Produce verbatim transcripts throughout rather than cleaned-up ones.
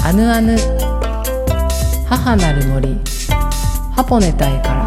アヌアヌ母なる森ハポネタイから。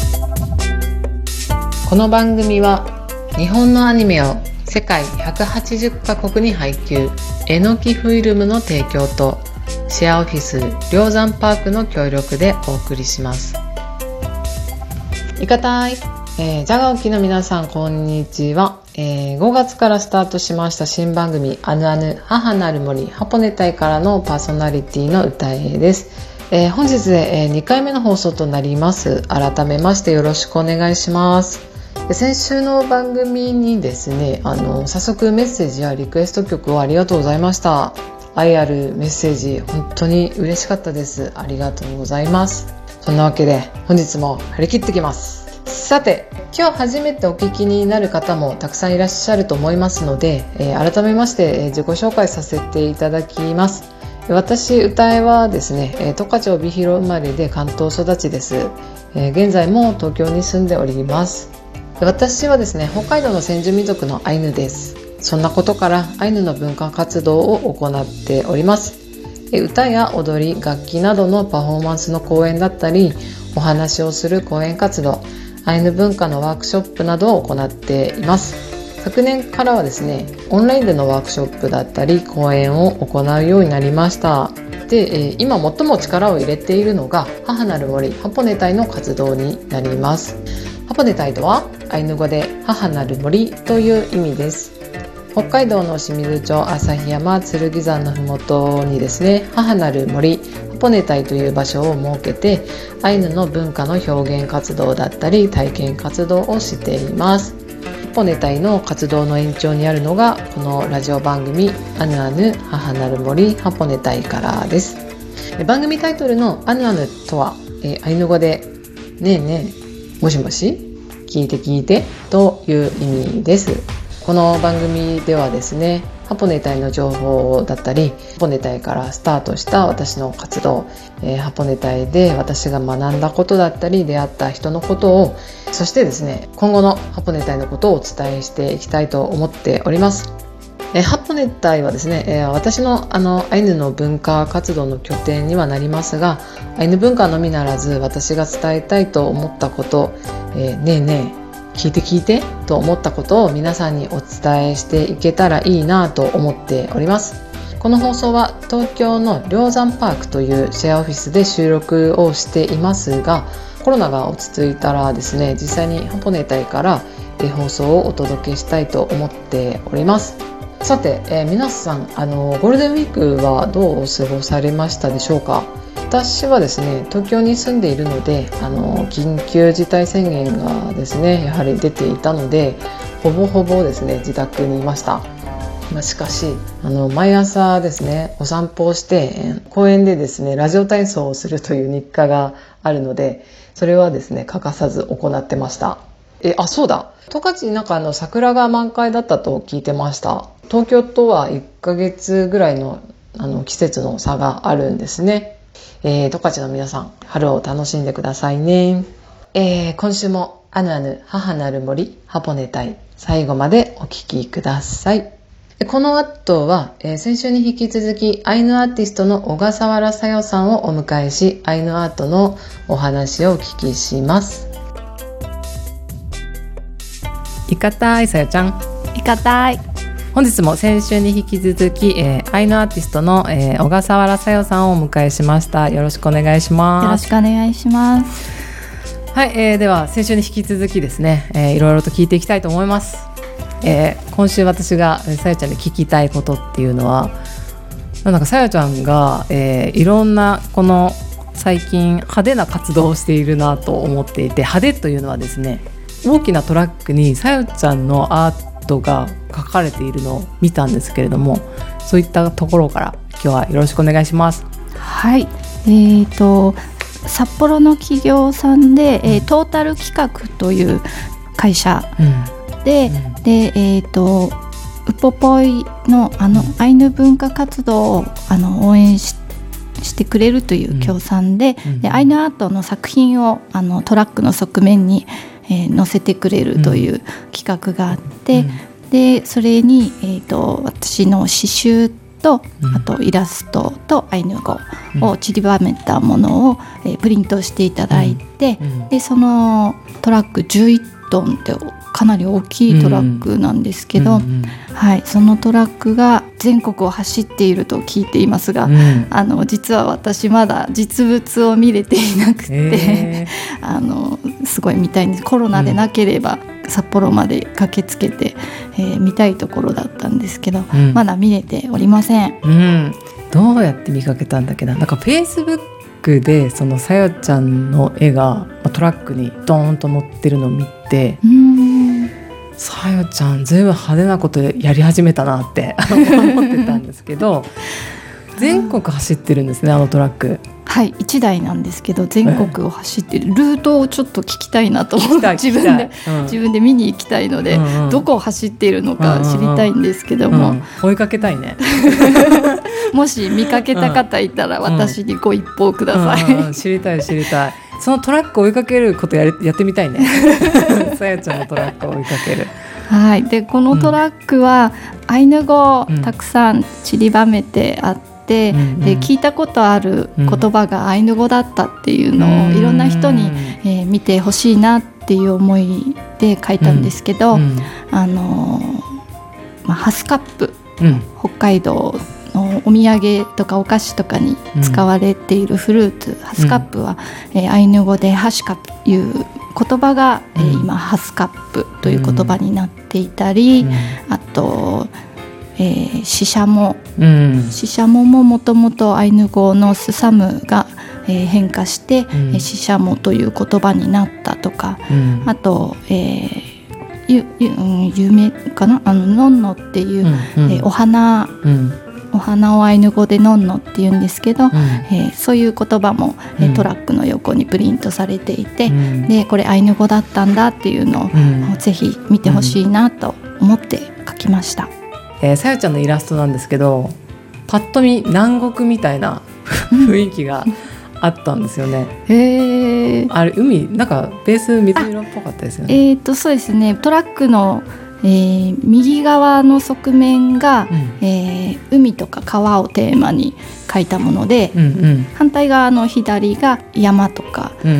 この番組は日本のアニメを世界ひゃくはちじゅっカ国に配給、えのきフィルムの提供とシェアオフィス梁山パークの協力でお送りします。いかたい、えー、ジャガオキの皆さんこんにちは、えー、ごがつからスタートしました新番組アヌアヌ母なる森ハポネタイからのパーソナリティの歌えです。えー、本日で、えー、にかいめの放送となります。改めましてよろしくお願いします。先週の番組にですね、あの早速メッセージやリクエスト曲をありがとうございました。愛あるメッセージ本当に嬉しかったです。ありがとうございます。そんなわけで本日も張り切ってきます。さて、今日初めてお聞きになる方もたくさんいらっしゃると思いますので、えー、改めまして、えー、自己紹介させていただきます。私歌えはですね、えー、十勝帯広生まれで関東育ちです。えー、現在も東京に住んでおります。私はですね、北海道の先住民族のアイヌです。そんなことからアイヌの文化活動を行っております。歌や踊り、楽器などのパフォーマンスの講演だったり、お話をする講演活動、アイヌ文化のワークショップなどを行っています。昨年からはですね、オンラインでのワークショップだったり講演を行うようになりました。で、今最も力を入れているのが母なる森ハポネタイの活動になります。ハポネタイとはアイヌ語で母なる森という意味です。北海道の清水町旭山剣山のふもとにですね、母なる森ハポネタイという場所を設けて、アイヌの文化の表現活動だったり体験活動をしています。ハポネタイの活動の延長にあるのがこのラジオ番組アヌアヌ母なる森ハポネタイからです。番組タイトルのアヌアヌとは、えアイヌ語でねえねえもしもし聞いて聞いてという意味です。この番組ではですね、ハポネタイの情報だったり、ハポネタイからスタートした私の活動、えー、ハポネタイで私が学んだことだったり出会った人のことを、そしてですね、今後のハポネタイのことをお伝えしていきたいと思っております。えー、ハポネタイはですね、えー、私のあのアイヌの文化活動の拠点にはなりますが、アイヌ文化のみならず私が伝えたいと思ったこと、えー、ねえねえ聞いて聞いてと思ったことを皆さんにお伝えしていけたらいいなと思っております。この放送は東京の梁山パークというシェアオフィスで収録をしていますが、コロナが落ち着いたらですね、実際にハポネタイから放送をお届けしたいと思っております。さて、えー、皆さんあのゴールデンウィークはどう過ごされましたでしょうか。私はですね、東京に住んでいるので、あの緊急事態宣言がですねやはり出ていたので、ほぼほぼですね自宅にいました。まあ、しかしあの毎朝ですねお散歩をして公園でですねラジオ体操をするという日課があるので、それはですね欠かさず行ってました。えあそうだ、十勝なんかあの桜が満開だったと聞いてました。東京とはいっかげつぐらいの、あの季節の差があるんですね。えー、十勝の皆さん、春を楽しんでくださいね。えー、今週もアヌアヌ母なる森ハポネタイ、最後までお聞きください。この後は、えー、先週に引き続きアイヌアーティストの小笠原さよさんをお迎えし、アイヌアートのお話をお聞きします。いかたいさよちゃん。 いかたい。 本日も先週に引き続き、えー、アイヌアーティストの、えー、小笠原さよさんをお迎えしました。よろしくお願いします。 よろしくお願いします。 はい、えー、では先週に引き続きですね、えー、いろいろと聞いていきたいと思います。えー、今週私がさよちゃんに聞きたいことっていうのは、なんかさよちゃんが、えー、いろんなこの最近派手な活動をしているなと思っていて、派手というのはですね、大きなトラックにさよちゃんのアートが書かれているのを見たんですけれども、そういったところから今日はよろしくお願いします。 はい、えーと札幌の企業さんで、うん、えー、トータル企画という会社で、うんうん、で、えーとウポポイのあの、うん、アイヌ文化活動をあの応援ししてくれるという協賛 で,、うん、でアイヌアートの作品をあのトラックの側面に、えー、載せてくれるという企画があって、うん、でそれに、えーと、私の刺繍と、 うん、 あとイラストとアイヌ語を散りばめたものを、えー、プリントしていただいて、うんうん、でそのトラックじゅういちトンってかなり大きいトラックなんですけど、うんうん、はい、そのトラックが全国を走っていると聞いていますが、うん、あの実は私まだ実物を見れていなくてあのすごい見たいんです。コロナでなければ札幌まで駆けつけて、えー、見たいところだったんですけど、うん、まだ見れておりません、 うん、どうやって見かけたんだっけな。なんかフェイスブックでそのさよちゃんの絵がトラックにドーンと乗ってるのを見て、うん、さよちゃんずいぶん派手なことやり始めたなって思ってたんですけど全国走ってるんですね、あのトラック。 はい、いちだいなんですけど全国を走ってる、ルートをちょっと聞きたいなと思って自分で、うん、自分で見に行きたいので、うんうん、どこを走っているのか知りたいんですけども、うんうん、 追いかけたいねもし見かけた方いたら私にご一報ください、 うんうんうん、知りたい知りたい。そのトラックを追いかけることやりやってみたいねさやちゃんのトラックを追いかける。 はい、でこのトラックはアイヌ語をたくさん散りばめてあって、うん、で聞いたことある言葉がアイヌ語だったっていうのをいろんな人に、えー、見てほしいなっていう思いで書いたんですけど、うん、あのーまあ、ハスカップ、うん、北海道のお土産とかお菓子とかに使われているフルーツ、うん、ハスカップは、えー、アイヌ語でハシカという言葉が、うん、えー、今ハスカップという言葉になっていたり、うん、あと、えー、シシャモ、うん、シシャモももともとアイヌ語のスサムが、えー、変化して、うん、シシャモという言葉になったとか、うん、あと、えー、ゆゆ有名かな、あのノンノっていう、うんうん、えー、お花、うん、お花をアイヌ語でノンノって言うんですけど、うん、えー、そういう言葉も、うん、トラックの横にプリントされていて、うん、でこれアイヌ語だったんだっていうのを、うん、ぜひ見てほしいなと思って書きました。 えー、さよちゃんのイラストなんですけど、パッと見南国みたいな雰囲気があったんですよね。へー、あれ海なんかベース水色っぽかったですよね。 えーとそうですね、トラックのえー、右側の側面が、うん、えー、海とか川をテーマに描いたもので、うんうん、反対側の左が山とか、うん、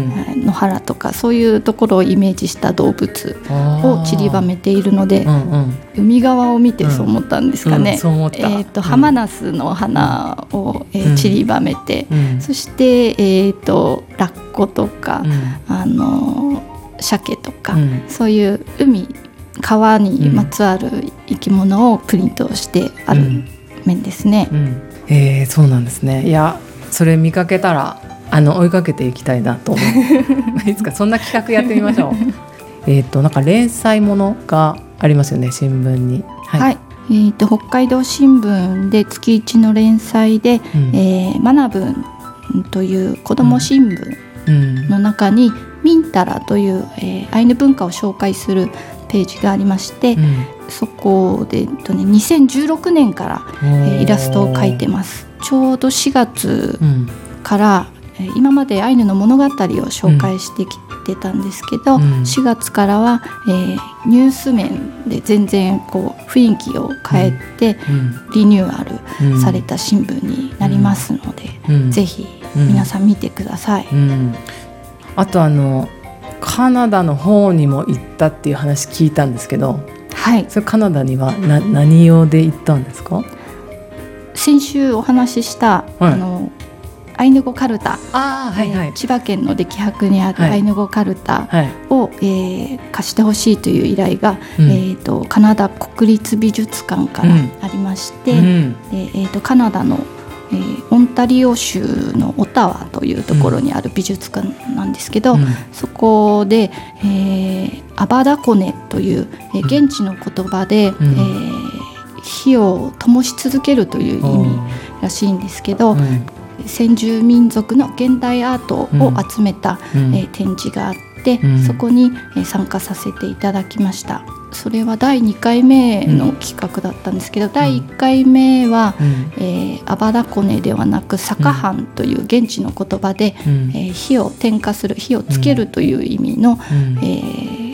野原とかそういうところをイメージした動物を散りばめているので、うんうん、海側を見てそう思ったんですかね、うんうん、えーと、ハマナスの花を、えー、散りばめて、うん、そして、えーと、ラッコとか、うん、あの鮭とか、うん、そういう海川にまつわる生き物をプリントしてある面ですね、うんうん、 えー、そうなんですね。いやそれ見かけたらあの追いかけていきたいなと思ういつかそんな企画やってみましょうえっとなんか連載ものがありますよね、新聞に。 はい、はい、えー、と北海道新聞で月いちの連載で、うん、えー、マナブンという子ども新聞の中に、うん、ミンタラという、えー、アイヌ文化を紹介するページがありまして、うん、そこで、えっとね、にせんじゅうろくねんから、えー、イラストを描いてます。ちょうどしがつから、うん、えー、今までアイヌの物語を紹介してきてたんですけど、うん、しがつからは、えー、ニュース面で全然こう雰囲気を変えて、うん、リニューアルされた新聞になりますので、うん、ぜひ皆さん見てください、うんうん、 あとあのカナダの方にも行ったっていう話聞いたんですけど、 はい、 それカナダにはな何用で行ったんですか？ 先週お話しした、はい、あのアイヌ語カルタ、 あ、はいはい、 千葉県の歴博にあるアイヌ語カルタを、はい、えー、貸してほしいという依頼が、うん、えー、とカナダ国立美術館からありまして、うん、でえー、とカナダのえー、オンタリオ州のオタワというところにある美術館なんですけど、うん、そこで、えー、アバダコネという、えー、現地の言葉で、うん、えー、火を灯し続けるという意味らしいんですけど、うん、先住民族の現代アートを集めた、うん、えー、展示があって、うん、そこに、えー、参加させていただきました。それはだいにかいめの企画だったんですけど、うん、だいいっかいめは、うん、えー、アバダコネではなくサカハンという現地の言葉で、うん、えー、火を点火する、火をつけるという意味の、うん、えー、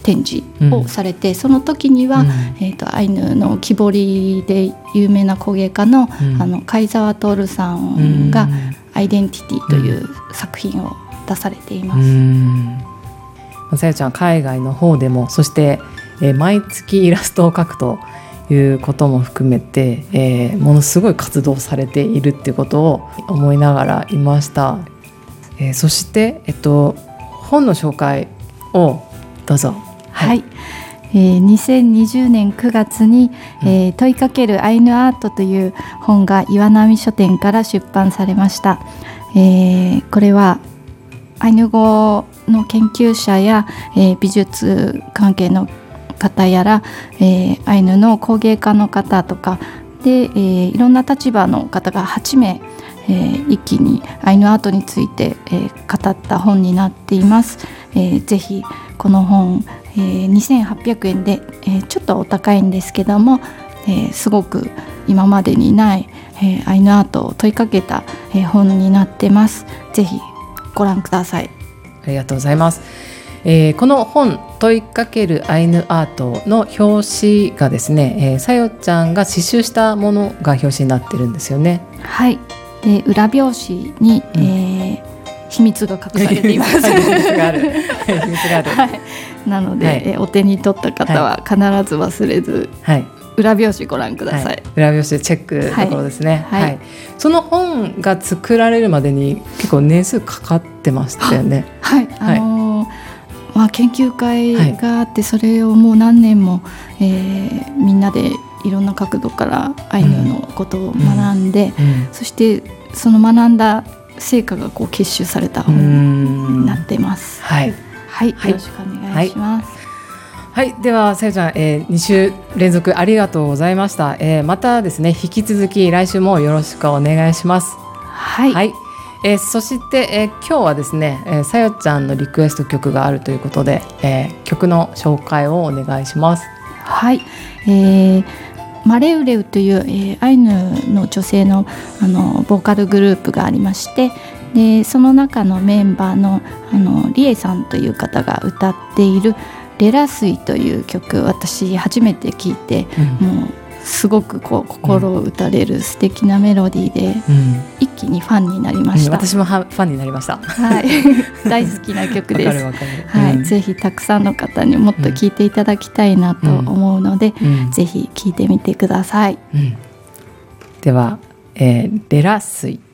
展示をされて、うん、その時には、うんえー、とアイヌの木彫りで有名な工芸家 の,、うん、あの貝澤徹さんがアイデンティティという作品を出されています。うんうん、さよちゃん海外の方でもそして、えー、毎月イラストを描くということも含めて、えー、ものすごい活動されているっていうことを思いながらいました。えー、そして、えっと、本の紹介をどうぞ。 はい、はいえー、にせんにじゅうねんくがつに、えー、問いかけるアイヌアートという本が岩波書店から出版されました。えー、これはアイヌ語の研究者や、えー、美術関係の方やら、えー、アイヌの工芸家の方とかで、えー、いろんな立場の方がはちめい、えー、一気にアイヌアートについて、えー、語った本になっています。えー、ぜひこの本、えー、にせんはっぴゃくえんで、えー、ちょっとお高いんですけども、えー、すごく今までにない、えー、アイヌアートを問いかけた、えー、本になってます。ぜひご覧ください。 ありがとうございます。えー、この本問いかけるアイヌアートの表紙がですね、えー、さよちゃんが刺繍したものが表紙になってるんですよね。 はい。で裏表紙に、うんえー秘密が隠されています秘密がある秘密がある、はい、なので、はいえお手に取った方は必ず忘れず、はい、裏表紙ご覧ください、はい、 裏表紙チェックところですね、はいはい、その本が作られるまでに結構年数かかってましたよね。 はい、はいあのーまあ、研究会があってそれをもう何年も、えー、みんなでいろんな角度からアイヌのことを学んで、うんうん、そしてその学んだ成果がこう結集された本になっています。はい、はい、よろしくお願いします。 はい、はい、ではさよちゃん、えー、に週連続ありがとうございました。えー、またですね引き続き来週もよろしくお願いします。 はい。 はいえー、そして、えー、今日はですね、えー、さよちゃんのリクエスト曲があるということで、えー、曲の紹介をお願いします。 はい。えーマレウレウという、えー、アイヌの女性 の, あのボーカルグループがありまして、でその中のメンバー の, あのリエさんという方が歌っているレラスイという曲、私初めて聞いて、うん、もうすごくこう心を打たれる素敵なメロディーで、うん、一気にファンになりました、 うん、私もファンになりました、 はい、大好きな曲です。わかるわかる、はい、うん、ぜひたくさんの方にもっと聴いていただきたいなと思うので、うん、ぜひ聴いてみてください、うん、 では、えー、レラスイ、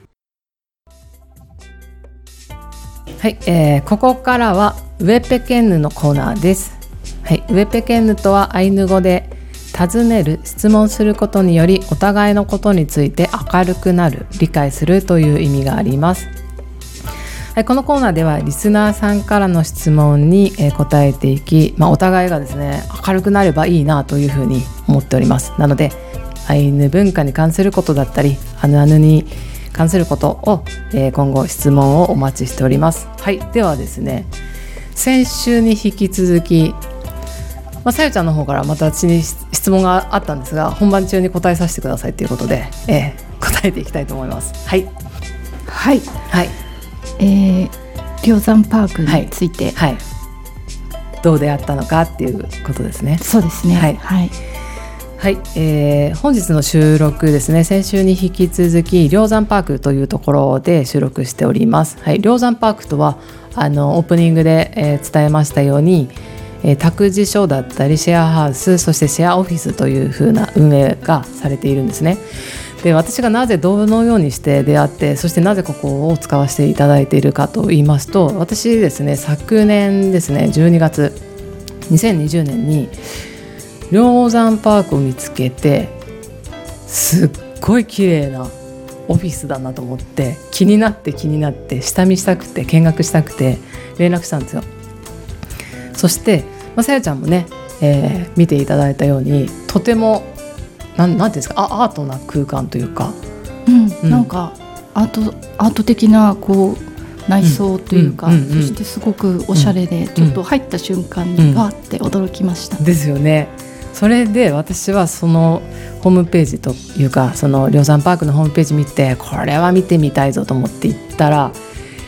はい、えー、ここからはウェペケンヌのコーナーです。はい、ウェペケンヌとはアイヌ語で尋ねる、質問することによりお互いのことについて明るくなる、理解するという意味があります。はい、このコーナーではリスナーさんからの質問に答えていき、まあ、お互いがですね明るくなればいいなというふうに思っております。なのでアイヌ文化に関することだったりアヌアヌに関することを、えー、今後質問をお待ちしております。はい、ではですね先週に引き続き、まあ、さよちゃんの方からまた私に質問があったんですが、本番中に答えさせてくださいということで、えー、答えていきたいと思います。はいはいはい、えー、龍山パークについて、はいはい、 どう出会ったのかっていうことですね。 そうですね、はいはいはい、えー、本日の収録ですね、先週に引き続き龍山パークというところで収録しております。はい、龍山パークとはあのオープニングで、えー、伝えましたように、えー、託児所だったりシェアハウス、そしてシェアオフィスという風な運営がされているんですね。で、私がなぜどのようにして出会って、そしてなぜここを使わせていただいているかと言いますと、私ですね昨年ですねじゅうにがつにせんにじゅうねんに龍山パークを見つけて、すっごい綺麗なオフィスだなと思って気になって気になって下見したくて見学したくて連絡したんですよ。そして、まあ、さよちゃんもね、えー、見ていただいたようにとてもなん、なんていうんですか、あアートな空間というか、 うんうん、なんかアート、アート的なこう内装というか、うんうんうんうん、そしてすごくおしゃれで、うん、ちょっと入った瞬間にわーって驚きました、 うん、ですよね。それで私はそのホームページというか、その龍山パークのホームページ見て、これは見てみたいぞと思って行ったら、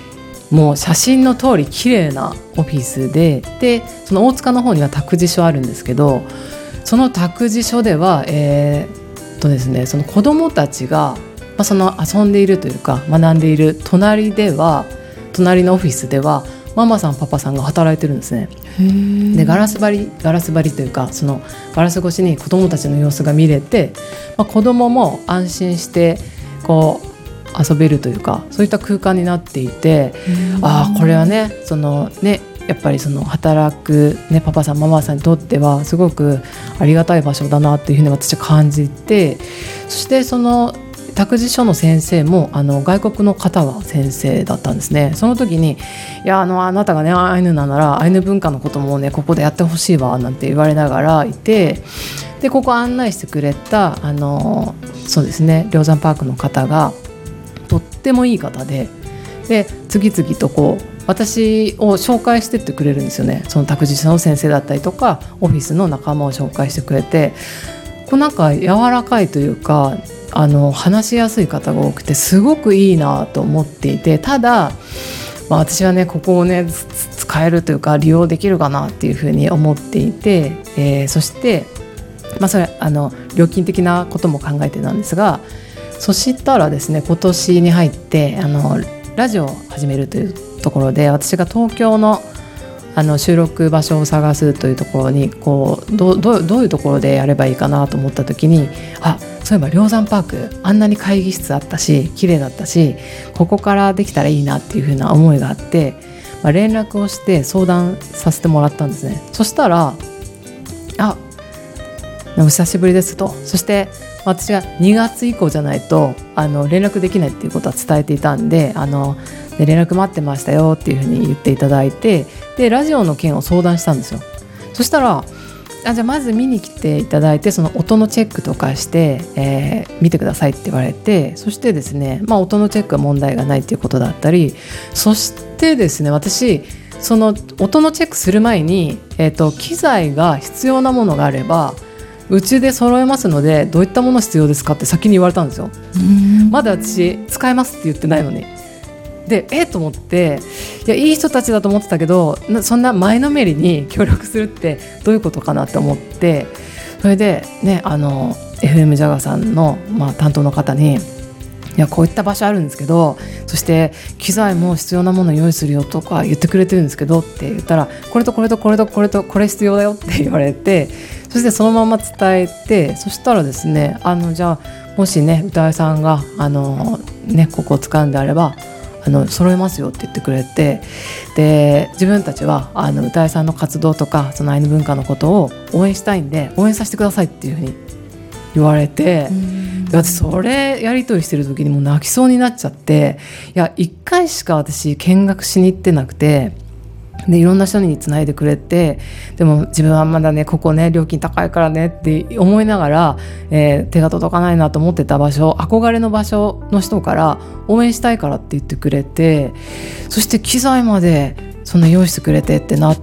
もう写真の通り綺麗なオフィスで、でその大塚の方には託児所あるんですけど、その託児所では、えーっとですね、その子どもたちが、まあ、その遊んでいるというか学んでいる隣では隣のオフィスではママさんパパさんが働いてるんですね。でガラス張りガラス張りというか、そのガラス越しに子どもたちの様子が見れて、まあ、子どもも安心してこう遊べるというか、そういった空間になっていて、ああこれはね、そのねやっぱりその働く、ね、パパさんママさんにとってはすごくありがたい場所だなっていうふうに私は感じて、そしてその託児所の先生もあの外国の方が先生だったんですね。その時に、いや あのあなたがねアイヌならアイヌ文化のこともねここでやってほしいわなんて言われながらいて、でここ案内してくれたあのそうですね梁山パークの方がとってもいい方で、で次々とこう私を紹介してってくれるんですよね。その託児所の先生だったりとかオフィスの仲間を紹介してくれて、こうなんか柔らかいというかあの話しやすい方が多くてすごくいいなと思っていて、ただ、まあ、私はねここをね使えるというか利用できるかなっていうふうに思っていて、えー、そして、まあ、それあの料金的なことも考えてなんですが、そしたらですね今年に入ってあのラジオを始めるというところで、私が東京のあの収録場所を探すというところにこう ど, ど, どういうところでやればいいかなと思った時に、あそういえば梁山パークあんなに会議室あったし綺麗だったし、ここからできたらいいなっていう風な思いがあって、まあ、連絡をして相談させてもらったんですね。そしたら、あお久しぶりですと、そして私がにがつ以降じゃないとあの連絡できないっていうことは伝えていたんで、あので連絡待ってましたよっていうふうに言っていただいて、でラジオの件を相談したんですよ。そしたら、あじゃあまず見に来ていただいてその音のチェックとかして、えー、見てくださいって言われて、そしてですね、まあ、音のチェックは問題がないっていうことだったり、そしてですね私その音のチェックする前に、えーと、機材が必要なものがあればうちで揃えますのでどういったもの必要ですかって先に言われたんですよ。まだ私使えますって言ってないのに。でえっと思って、いやいい人たちだと思ってたけどそんな前のめりに協力するってどういうことかなって思って、それでねあの エフエム ジャガさんの、まあ、担当の方に、いやこういった場所あるんですけど、そして機材も必要なもの用意するよとか言ってくれてるんですけどって言ったら、これとこれとこれとこれとこれ必要だよって言われて、そしてそのまま伝えて、そしたらですね、あのじゃあもしね歌いさんがあの、ね、ここを使うんであればあの揃えますよって言ってくれて、で自分たちはあの歌いさんの活動とかそのアイヌ文化のことを応援したいんで応援させてくださいっていうふうに言われて、で私それやり取りしてる時にもう泣きそうになっちゃって、いやいっかいしか私見学しに行ってなくて、でいろんな人につないでくれて、でも自分はまだねここね料金高いからねって思いながら、えー、手が届かないなと思ってた場所、憧れの場所の人から応援したいからって言ってくれて、そして機材までそんな用意してくれてってなって、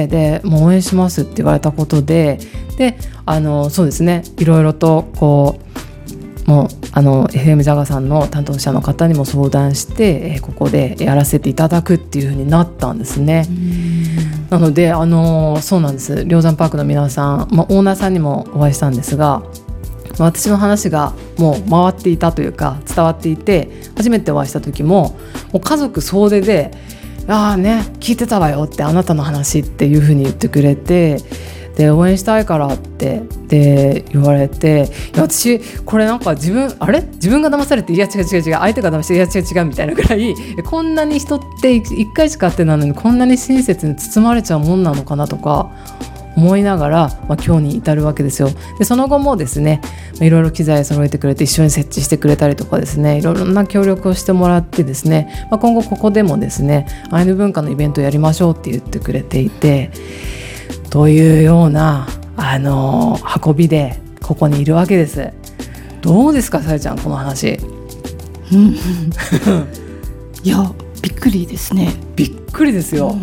でもう応援しますって言われたことで、であのそうですねいろいろとこうもうあの エフエム ジャガさんの担当者の方にも相談して、えー、ここでやらせていただくっていう風になったんですね。なのであのそうなんです、梁山パークの皆さん、まあ、オーナーさんにもお会いしたんですが、私の話がもう回っていたというか伝わっていて、初めてお会いした時ももう家族総出で、ああね聞いてたわよってあなたの話っていう風に言ってくれて、で応援したいからってで言われて、いや私これなんか自分あれ自分が騙されて、いや違う違う違う相手が騙して、いや違う違うみたいなぐらい、こんなに人っていっかいしか会ってないのにこんなに親切に包まれちゃうもんなのかなとか思いながら、まあ、今日に至るわけですよ。でその後もですねいろいろ機材揃えてくれて一緒に設置してくれたりとかですね、いろいろな協力をしてもらってですね、まあ、今後ここでもですねアイヌ文化のイベントをやりましょうって言ってくれていて、というような、あのー、運びでここにいるわけです。どうですかさやちゃんこの話。 うんいやびっくりですね。 びっくりですよ、うん、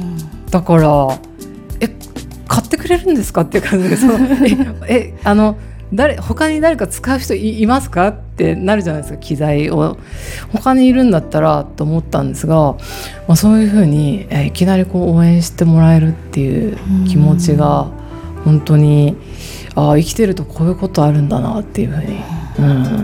だからえ買ってくれるんですかっていう感じでそのええあの誰他に誰か使う人 い, いますかっってなるじゃないですか。機材を他にいるんだったらと思ったんですが、まあ、そういうふうに、えー、いきなりこう応援してもらえるっていう気持ちが本当にあ生きてるとこういうことあるんだなっていうふうに、うん、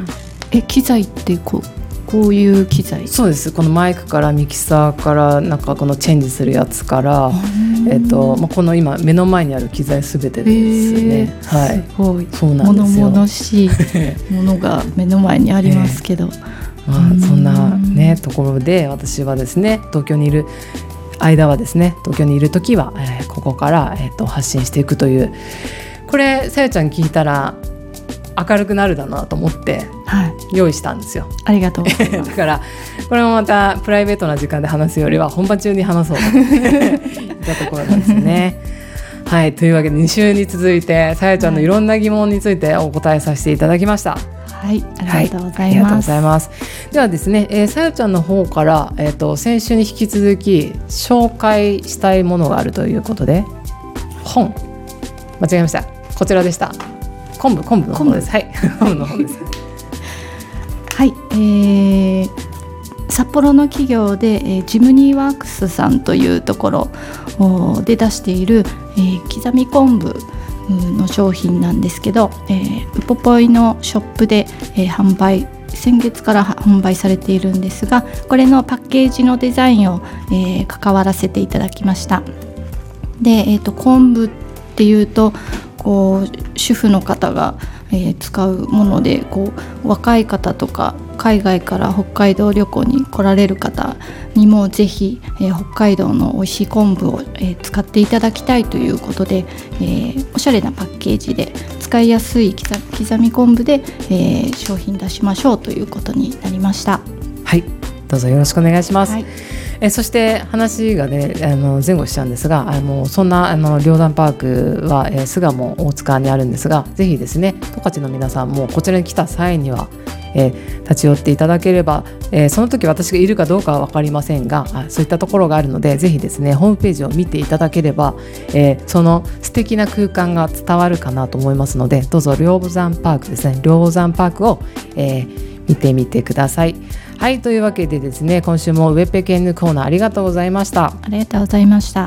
え機材ってこうこういう機材？ そうです。このマイクからミキサーからなんかこのチェンジするやつから、えーとまあ、この今目の前にある機材すべてですね、はい、 すごいそうなんですよ。 物々しいものが目の前にありますけど、 えーまあ、そんな、ね、ところで私はですね東京にいる間はですね東京にいるときは、えー、ここから、えーと発信していくという、これさやちゃん聞いたら明るくなるだなと思って用意したんですよ、 はい、ありがとうございますだからこれもまたプライベートな時間で話すよりは本番中に話そうといったところなんですねはい、というわけでに週に続いてさやちゃんのいろんな疑問についてお答えさせていただきました。 はい、ありがとうございます、はい、ありがとうございます。ではですね、えー、さやちゃんの方から、えーと、先週に引き続き紹介したいものがあるということで、本間違えました、こちらでした。昆布昆布の方です。はい、昆布の方です。 はい、えー、札幌の企業で、えー、ジムニーワークスさんというところで出している、えー、刻み昆布の商品なんですけど、えー、ウポポイのショップで、えー、販売先月から販売されているんですが、これのパッケージのデザインを、えー、関わらせていただきました。で、えーと、昆布っていうとこう主婦の方が、えー、使うもので、こう若い方とか海外から北海道旅行に来られる方にもぜひ、えー、北海道の美味しい昆布を、えー、使っていただきたいということで、えー、おしゃれなパッケージで使いやすい刻み昆布で、えー、商品出しましょうということになりました。 はい、どうぞよろしくお願いします。はい、えそして話がねあの前後しちゃうんですが、あのそんなあの梁山パークは、えー、巣鴨大塚にあるんですが、ぜひですね十勝の皆さんもこちらに来た際には、えー、立ち寄っていただければ、えー、その時私がいるかどうかは分かりませんが、あそういったところがあるので、ぜひですねホームページを見ていただければ、えー、その素敵な空間が伝わるかなと思いますので、どうぞ梁山パークですね梁山パークを、えー、見てみてください。はい、というわけでですね、今週もウェペケンヌコーナーありがとうございました。 ありがとうございました。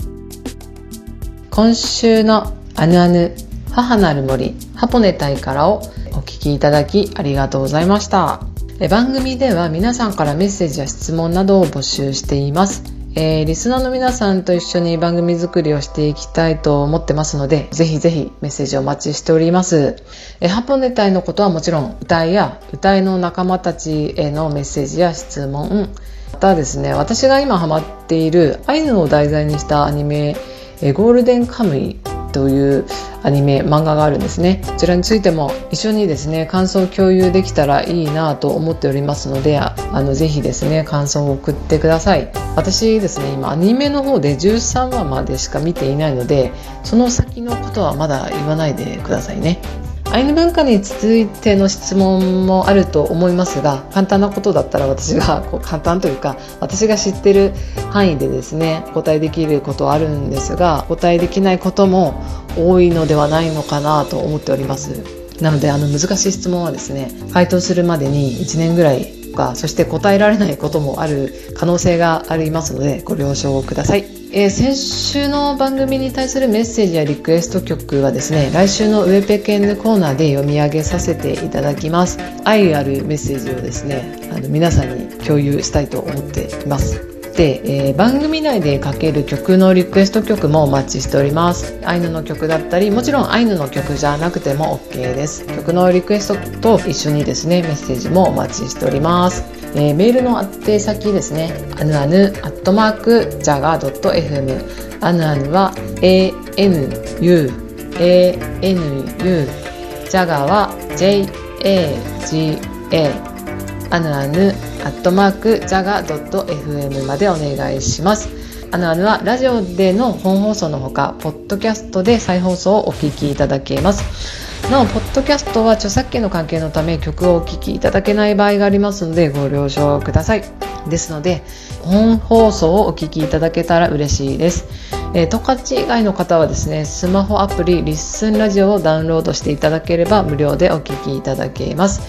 今週のアヌアヌ母なる森ハポネタイからをお聞きいただきありがとうございました。え番組では皆さんからメッセージや質問などを募集しています。えー、リスナーの皆さんと一緒に番組作りをしていきたいと思ってますので、ぜひぜひメッセージお待ちしております。えハポネタイのことはもちろん、歌いや歌いの仲間たちへのメッセージや質問、またですね、私が今ハマっているアイヌを題材にしたアニメ、えゴールデンカムイというアニメ漫画があるんですね。こちらについても一緒にですね感想を共有できたらいいなと思っておりますので、あのぜひですね感想を送ってください。私ですね今アニメの方でじゅうさんわまでしか見ていないので、その先のことはまだ言わないでくださいね。アイヌ文化についての質問もあると思いますが、簡単なことだったら私がこう簡単というか私が知ってる範囲でですねお答えできることはあるんですが、お答えできないことも多いのではないのかなと思っております。なのであの難しい質問はですね回答するまでにいちねんぐらいとか、そして答えられないこともある可能性がありますのでご了承ください。えー、先週の番組に対するメッセージやリクエスト曲はですね、来週のウェペケンヌコーナーで読み上げさせていただきます。愛あるメッセージをですねあの皆さんに共有したいと思っています。で、えー、番組内でかける曲のリクエスト曲もお待ちしております。アイヌの曲だったり、もちろんアイヌの曲じゃなくても OK です。曲のリクエストと一緒にですねメッセージもお待ちしております。えー、メールの宛先ですね、アヌアヌアットマークジャガドットエフエム、アヌアヌは エーエヌユー エーエヌユー、ジャガは ジェイエージーエー、 アヌアヌアットマークジャガドットエフエム までお願いします。アヌアヌはラジオでの本放送のほか、ポッドキャストで再放送をお聞きいただけます。なお、ポッドキャストは著作権の関係のため曲をお聴きいただけない場合がありますのでご了承ください。ですので本放送をお聴きいただけたら嬉しいです。えー、十勝以外の方はですねスマホアプリリッスンラジオをダウンロードしていただければ無料でお聴きいただけます。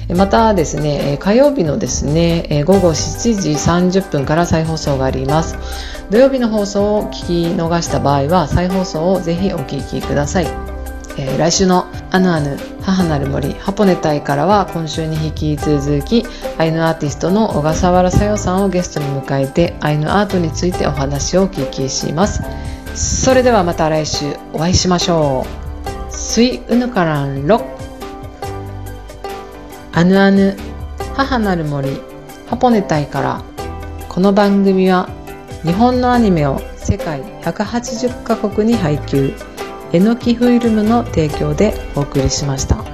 またですね、火曜日のですね、午後しちじさんじゅっぷんから再放送があります。土曜日の放送を聞き逃した場合は再放送をぜひお聞きください。えー、来週のアヌアヌ母なる森ハポネタイからは今週に引き続きアイヌアーティストの小笠原さよさんをゲストに迎えてアイヌアートについてお話をお聞きします。それではまた来週お会いしましょう。スイウヌカランロアヌアヌ母なる森ハポネタイから。この番組は日本のアニメを世界ひゃくはちじゅっカ国に配給、えのきフィルムの提供でお送りしました。